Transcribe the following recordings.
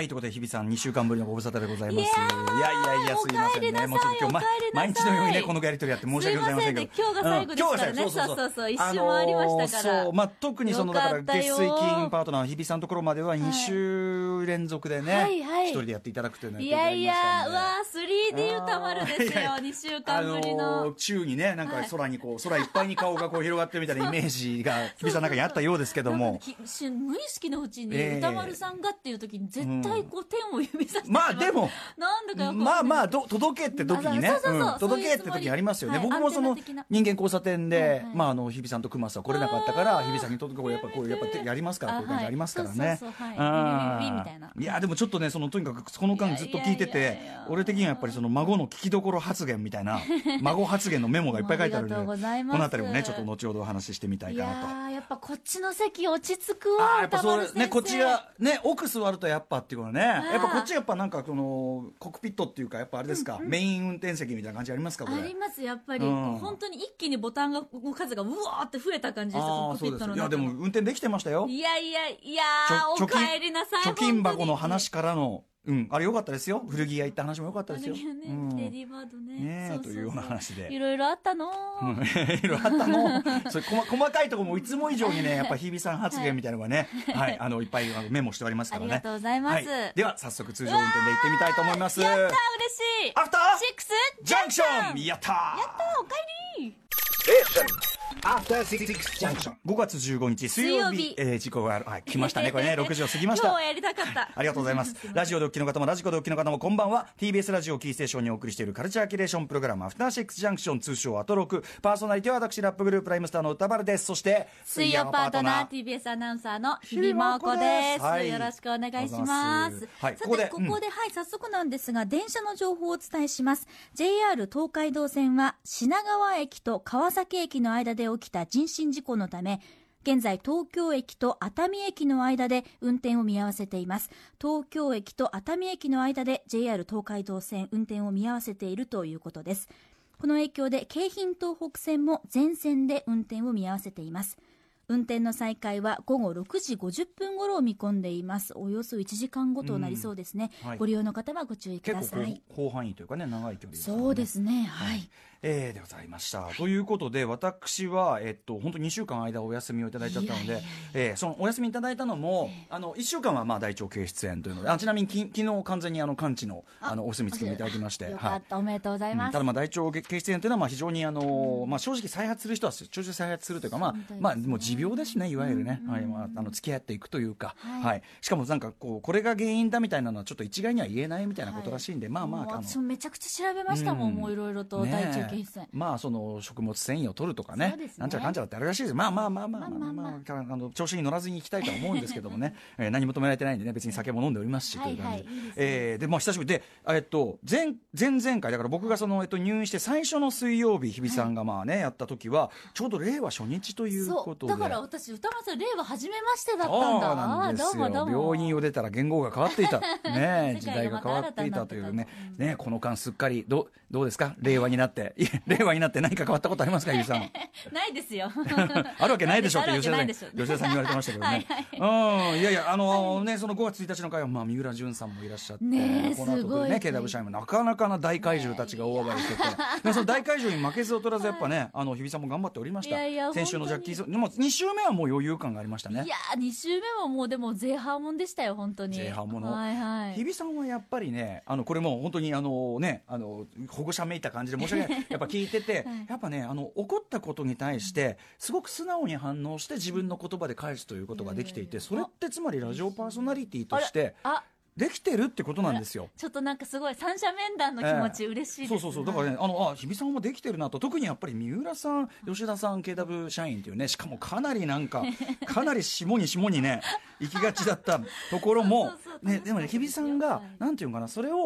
はい、ということで日比さん2週間ぶりのご無沙汰でございます。いやすいませんね。もうちょっと今日毎日のようにねこのやり取りやって申し訳ございませんけど、 今日が最後ですからね。そう一周回りましたから。 そう特にそのだから月水金パートナーの日比さんのところまでは2週連続でね一人でやっていただくというのをやっていただきましたんで。 うわ 3D 歌丸ですよ。2週間ぶりの宙にねなんか空に空いっぱいに顔が広がってるみたいなイメージが日比さんの中にあったようですけども、 無意識のうちに歌丸さんがっていう時に絶対天を指さしてまあでもなんだかまあ届けって時にね届けって時にありますよね。僕もその人間交差点で日比さんと熊さん来れなかったから日比さんに届けやっぱやりますからこういう感じありますからね。いやでもちょっとねとにかくこの間ずっと聞いてて俺的にはやっぱりその孫の聞きどころ発言みたいな孫発言のメモがいっぱい書いてあるのでこのあたりもねちょっと後ほどお話ししてみたいかなと。 やっぱこっちの席落ち着くわ。 やっぱそうねこっちがね奥座るとやっぱっていうのねやっぱこっちやっぱなんかこのコックピットっていうかやっぱあれですか、メイン運転席みたいな感じありますか。これありますやっぱり、本当に一気にボタンの数がうわーって増えた感じです。コックピットの中。 いやでも運転できてましたよ。 いやお帰りなさい。 貯金箱の話からのあれ良かったですよ。古着屋行った話も良かったですよ。 レディーバードねというような話でいろいろあったの。 いろいろあったの。それ細かいところもいつも以上にねやっぱ日比さん発言みたいなのがねいっぱいメモしておりますからね。 ありがとうございます。 では早速通常運転で行ってみたいと思います。 やった嬉しい。 アフターシックスジャンクション。やったおかえり。 5月15日水曜日、時刻が来ましたね。これね6時を過ぎました。 今日はやりたかった。 ありがとうございます。ラジオでお聞きの方もラジコでお聞きの方もこんばんは。 TBS ラジオキーステーションにお送りしているカルチャーキュレーションプログラムアフターシックスジャンクション、通称アトロク。パーソナリティは私ラップグループライムスターの歌丸です。そして水曜パートナー TBS アナウンサーの日比真央子です。よろしくお願いします。さてここで早速なんですが電車の情報をお伝えします。 JR 東海道線は品川駅と川崎駅の間で起きた人身事故のため現在東京駅と熱海駅の間で運転を見合わせています。東京駅と熱海駅の間で JR 東海道線運転を見合わせているということです。この影響で京浜東北線も全線で運転を見合わせています。運転の再開は午後6時50分頃を見込んでいます。およそ1時間後となりそうですね。ご利用の方はご注意ください。 結構広範囲というかね長い距離ですね。 そうですね。 でございました。ということで私は本当2週間間お休みをいただいちゃったので、そのお休みいただいたのも1週間は大腸憩室炎というのでちなみに昨日完全に完治のお墨付きもいただきまして、 よかった、おめでとうございます。 ただ大腸憩室炎というのは非常に正直再発する人は長寿再発するというかもう持病ですねいわゆるね、付き合っていくというか、しかもなんかこれが原因だみたいなのはちょっと一概には言えないみたいなことらしいんで、 私もめちゃくちゃ調べましたもん。もういろいろと大腸憩室炎、 その食物繊維を取るとかねなんちゃらかんちゃらってあるらしいです。調子に乗らずに行きたいとは思うんですけどもね何も止められてないんでね別に酒も飲んでおりますしという感じで、久しぶりで前々回だから僕が入院して最初の水曜日日比さんがやった時はちょうど令和初日ということで、 だから私歌丸さん令和初めましてだったんだ。 なんですよ。どうも病院を出たら言語が変わっていたね時代が変わっていたというねこの間すっかりどうですか令和になって何か変わったことありますか日比さん。 ないですよあるわけないでしょって吉田さんに言われてましたけどねいやその5月1日の回は三浦淳さんもいらっしゃって、この後ね KW 社員もなかなかな大怪獣たちが大暴れしててその大怪獣に負けず劣らずやっぱね日比さんも頑張っておりました。先週のジャッキーでも2週目はもう余裕感がありましたね。 いや2週目はもうでも前半もんでしたよ本当に。 前半もの、日比さんはやっぱりねこれも本当に保護者めいた感じで申し訳ないやっぱ聞いてて、やっぱね起こったことに対してすごく素直に反応して自分の言葉で返すということができていて、それってつまりラジオパーソナリティとしてできてるってことなんですよ。 ちょっとなんかすごい三者面談の気持ち嬉しいです、 そうだからね日比さんもできてるなと。特にやっぱり三浦さん吉田さん KW 社員っていうねしかもかなり下にね行きがちだったところもでもね日比さんがなんていうのかなそれを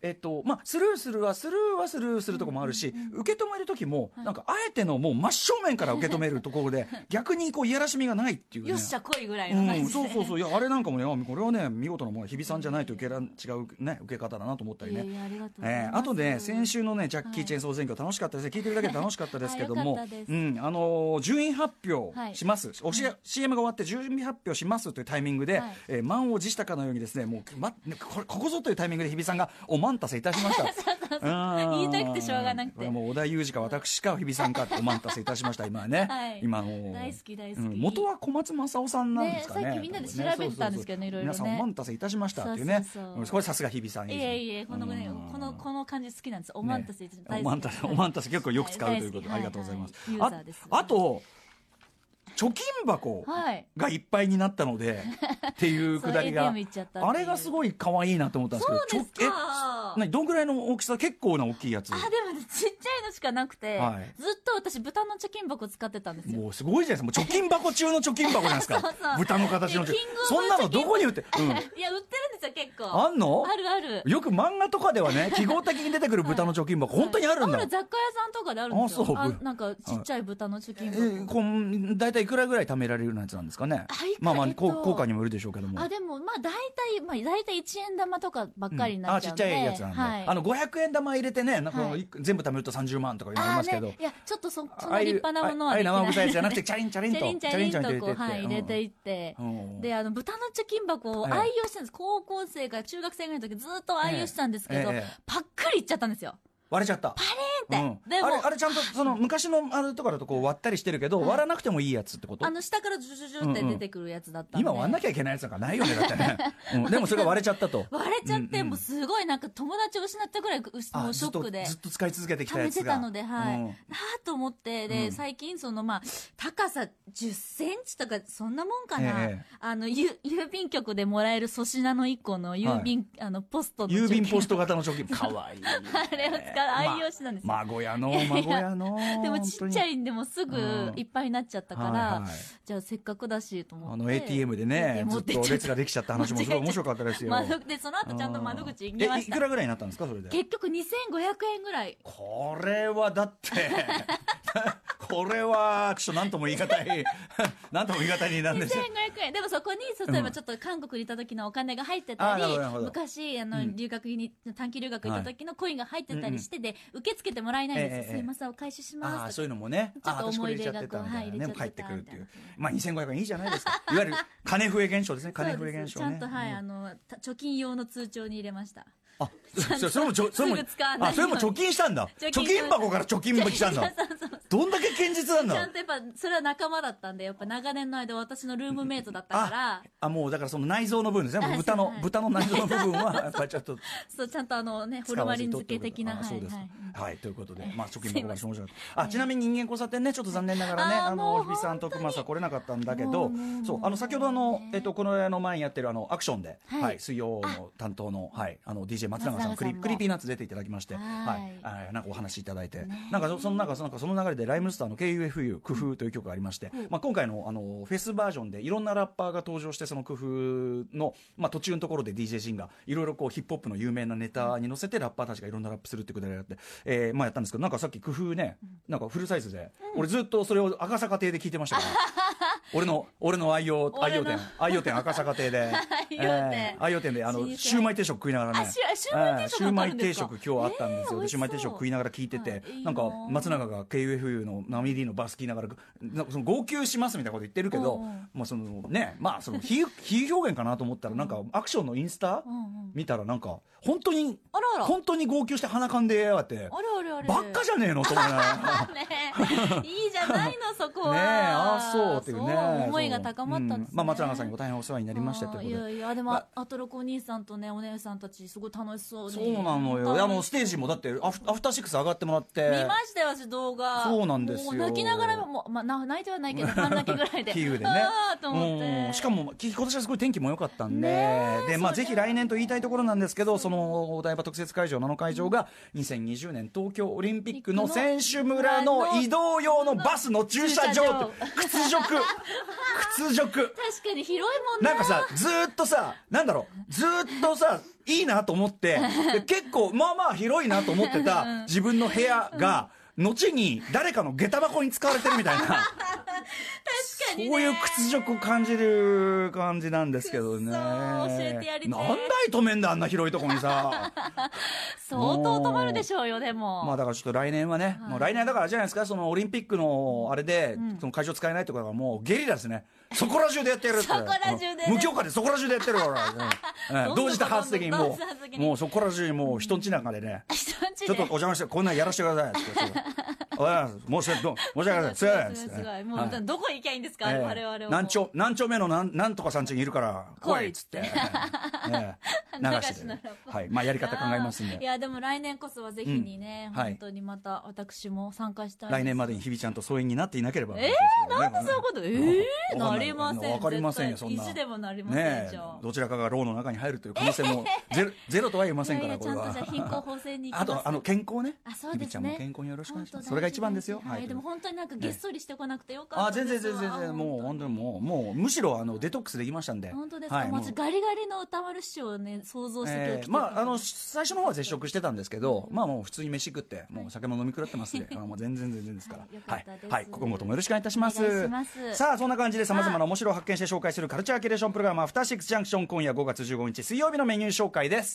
まあ、スルーするとこもあるし、受け止める時も、なんかあえてのもう真正面から受け止めるところで逆にこういやらしみがないっていうね。 よっしゃ来いぐらいの感じで、 そういやあれなんかもね、これはね見事なもの、日比さんじゃないと違うね受け方だなと思ったりね。あとね、先週のねジャッキー・チェンソー選挙楽しかったですね。聞いてるだけで楽しかったですけども、順位発表します、CM が終わって順位発表しますというタイミングで、満を持したかのようにですね、もうここぞというタイミングで日比さんがお満たせいたしました言いたくてしょうがなくて、 もう織田裕二か私か日比さんかお満たせいたしました今はね、今大好き、 元は小松政夫さんなんですかね。 さっきみんなで調べてたんですけどね、いろいろね。 皆さんお満たせいたしましたっていうね。これさすが日比さん。 いえこの感じ好きなんです。お満たせお満たせ結構よく使うということでありがとうございます。あと貯金箱がいっぱいになったのでっていうくだりがあれがすごい可愛いなと思ったんですけど、どんぐらいの大きさ？結構な大きいやつ。 でもね、ちっちゃいのしかなくて、ずっと私豚の貯金箱使ってたんですよ。 もうすごいじゃないですか。もう貯金箱中の貯金箱じゃないですか。豚の形のそんなのどこに売って？ いや売ってるんですよ結構。 あんの？ ある。よく漫画とかではね、記号的に出てくる豚の貯金箱本当にあるんだ。 雑貨屋さんとかであるんですよ。なんかちっちゃい豚の貯金箱。 だいたいいくらぐらい貯められるようなやつなんですかね。まあ効果にもよるでしょうけども。 でもまあだいたい1円玉とかばっかりになっちゃうんで。 ちっちゃいやつなんで。500円玉入れてね、全部貯めると30万とか言いますけど。 いやちょっとその立派なものはできない。 生臭いやつじゃなくてチャリンと入れていって、で豚の貯金箱を愛用してたんです。高校生から中学生ぐらいの時ずっと愛用してたんですけど、パックリいっちゃったんですよ。 割れちゃった。 パリーンって。でもあれちゃんとその昔のあれとかだとこう割ったりしてるけど、割らなくてもいいやつってこと？ 下からジュジュジュって出てくるやつだったんで。 今割んなきゃいけないやつなんかないよね、だってね。でもそれが割れちゃったと。 割れちゃって、もうすごいなんか友達を失ったぐらいもうショックで。 ずっと使い続けてきたやつが。 貯めてたので、と思って、で、最近その高さ10センチとかそんなもんかな。郵便局でもらえる粗品の1個の郵便、ポストの郵便ポスト型の貯金。かわいい。 あれを愛用してたんです。 孫やのでもちっちゃいんでもすぐいっぱいになっちゃったから、じゃあせっかくだしと思って ATM でねずっと列ができちゃった話もすごい面白かったですよ。 でその後ちゃんと窓口行きました。 いくらぐらいになったんですかそれで？結局2500円ぐらい。 これはだってこれはちょっと何とも言い難い何とも言い難いなんですよ。 2500円でもそこに例えばちょっと韓国に行った時のお金が入ってたり、昔留学に短期留学行った時のコインが入ってたりしてで受け付けてもらえないんです。すいませんお返しします。 そういうのもね、 ちょっと思い出がこう入れちゃって帰ってくるっていう。2500円いいじゃないですか。いわゆる金増え現象ですね。金増え現象ね。 ちゃんと貯金用の通帳に入れました。 それも貯金したんだ。貯金箱から貯金したんだ。どんだけ堅実なんだ。 ちゃんとやっぱそれは仲間だったんで、やっぱ長年の間私のルームメイトだったから。 もうだからその内臓の部分ですね。豚の内臓の部分はやっぱりちょっとそうちゃんとホルマリン漬け的な。 そうですはいということで貯金箱が面白かった。ちなみに人間交差点ねちょっと残念ながらね日比さんと熊さん来れなかったんだけど、そう先ほどこの前にやってるアクションで水曜の担当のDJ 松永さんクリーピーナッツ出ていただきまして、なんかお話いただいて、なんかその流れでライムスターの KUFU 工夫という曲がありまして、今回のフェスバージョンでいろんなラッパーが登場してその工夫の途中のところで DJ シンがいろいろこうヒップホップの有名なネタに乗せてラッパーたちがいろんなラップするってことでやって、やったんですけど、なんかさっき工夫ねなんかフルサイズで、俺ずっとそれを赤坂亭で聞いてましたから俺の愛用店赤坂亭で愛用店でシューマイ定食食いながらね、シューマイ定食今日あったんですよ。シューマイ定食食いながら聞いてて、なんか松永が KUFU のナミリのバス聞きながらその号泣しますみたいなこと言ってるけど、そのねその比喩表現かなと思ったら、なんかアクションのインスタ見たらなんか本当に号泣して鼻かんでやがって、ばっかじゃねえのと思いながらいいじゃないのそこは。そうっていうね思いが高まったんですね。 松永さんにも大変お世話になりましたということで。 いやでもアトロクお兄さんとねお姉さんたちすごい楽しそうで。 そうなのよ。ステージもだってアフターシックス上がってもらって見ましたよ私動画。 そうなんですよ。 泣きながらも泣いてはないけど半泣きぐらいでキーウでねと思ってしかも今年はすごい天気も良かったんでぜひ来年と言いたいところなんですけど、そのお台場特設会場の会場が2020年東京オリンピックの選手村の移動用のバスの駐車場と屈辱確かに広いもんね。 なんかさずっとさなんだろうずっとさいいなと思ってで結構まあまあ広いなと思ってた自分の部屋が、後に誰かの下駄箱に使われてるみたいな確かにね、 そういう屈辱を感じる感じなんですけどね。 教えてやりたい。 何台止めんだあんな広いとこにさ相当止まるでしょうよ。でもまあだからちょっと来年はね、もう来年だからじゃないですか、そのオリンピックのあれで、その会場使えないとかがもうゲリラですね。そこら中でやってやるってそこら中でね、 無許可でそこら中でやってるからね同時多発的にもうそこら中にもう人んちなんかでね、ちょっとお邪魔してこんなんやらせてくださいっておはようございます申し訳ないですすごいもうどこ行きゃいいんですか、我々は何丁目のなんとかさん家にいるから来いっつって流して、はい、まあやり方考えますんで。 いやでも来年こそはぜひにね、本当にまた私も参加したいです。 来年までに日比ちゃんと疎遠になっていなければ。 なんでそういうことなりません。 わかりませんよそんな。 意地でもなりませんじゃん。 どちらかが牢の中に入るという可能性もゼロとは言いませんから、これは。 ちゃんとじゃあ貧困法制に行きます。 あと健康ね。 そうですね。 日比ちゃんも健康によろしくお願いします。それが一番ですよ。 でも本当になんかげっそりしてこなくてよかったです。 全然もう本当にもうむしろデトックスできましたんで。 本当ですか。もうガリガリの歌丸師匠をね想像してて。 まあ最初の方は絶食してたんですけど、まあもう普通に飯食ってもう酒も飲み食らってますんで、もう全然ですから。はい、今後ともよろしくお願いいたします。さあそんな感じでさまざまな面白を発見して紹介するカルチャーキュレーションプログラム、アフターシックスジャンクション、今夜5月15日水曜日のメニュー紹介です。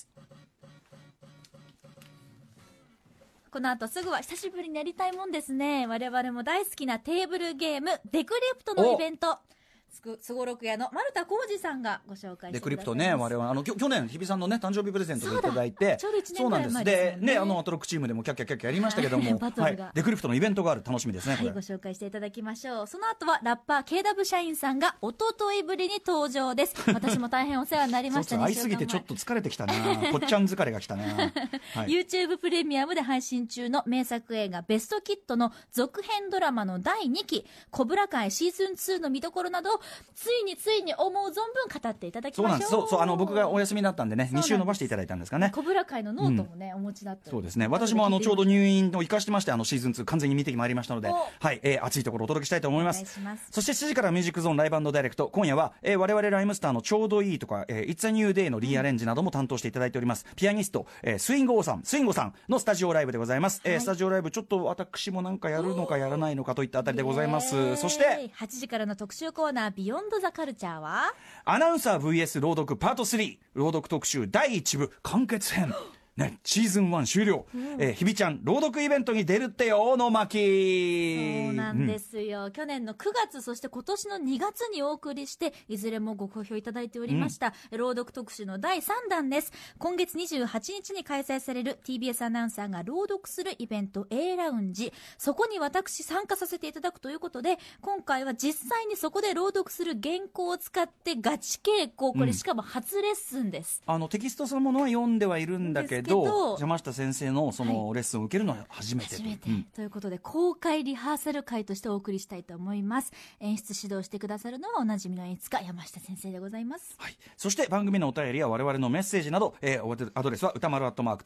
この後すぐは久しぶりにやりたいもんですね。我々も大好きなテーブルゲームデクリプトのイベント、すごろく屋の丸田浩二さんがご紹介してくださいます。 デクリプトね、我々去年日比さんのね誕生日プレゼントでいただいて、 ちょうど1年ぐらい前ですね。でアトロックチームでもキャッキャやりましたけどもデクリプトのイベントがある、楽しみですね。 ご紹介していただきましょう。その後はラッパー KW 社員さんが一昨日ぶりに登場です。私も大変お世話になりましたね。 会いすぎてちょっと疲れてきたなこっちゃん疲れがきたな YouTube プレミアムで配信中の名作映画ベストキットの続編ドラマの第2期コブラ会シーズン2の見どころなどをついに思う存分語っていただきましょう。 そう僕がお休みだったんでね、2週伸ばしていただいたんですかね。 コブラ会のノートもね、お持ちだった。 そうですね、私もちょうど入院を生かしてましてシーズン2完全に見てまいりましたので、熱いところお届けしたいと思います。そして7時からミュージックゾーンライブダイレクト、今夜は我々ライムスターのちょうどいいとかIt's a New Day のリアレンジなども担当していただいております、ピアニストスインゴさんのスタジオライブでございます。スタジオライブちょっと私もなんかやるのかやらないのかといったあたりでございます。そして 8時からの特集コーナービヨンドザカルチャーはアナウンサー vs 朗読パート3、朗読特集第1部完結編ね、シーズン1終了、日比ちゃん朗読イベントに出るってよの巻。 そうなんですよ、去年の9月そして今年の2月にお送りしていずれもご好評いただいておりました、朗読特集の第3弾です。今月28日に開催される TBS アナウンサーが朗読するイベント A ラウンジ、そこに私参加させていただくということで、今回は実際にそこで朗読する原稿を使ってガチ稽古、これしかも初レッスンです、 テキストそのものは読んではいるんだけど山下先生のそのレッスンを受けるのは初めて、 ということで公開リハーサル会としてお送りしたいと思います。演出指導してくださるのはおなじみの演出家山下先生でございます、 そして番組のお便りや我々のメッセージなど、アドレスは歌丸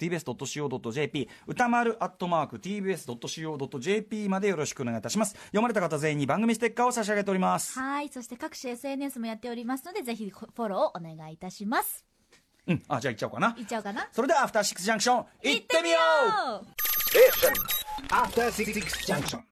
@tbs.co.jp 歌丸@tbs.co.jp までよろしくお願いいたします。読まれた方全員に番組ステッカーを差し上げております。 そして各種 SNS もやっておりますのでぜひフォローをお願いいたします。 じゃあ行っちゃおうかな。それではアフターシックスジャンクション行ってみよう。アフターシックスジャンクション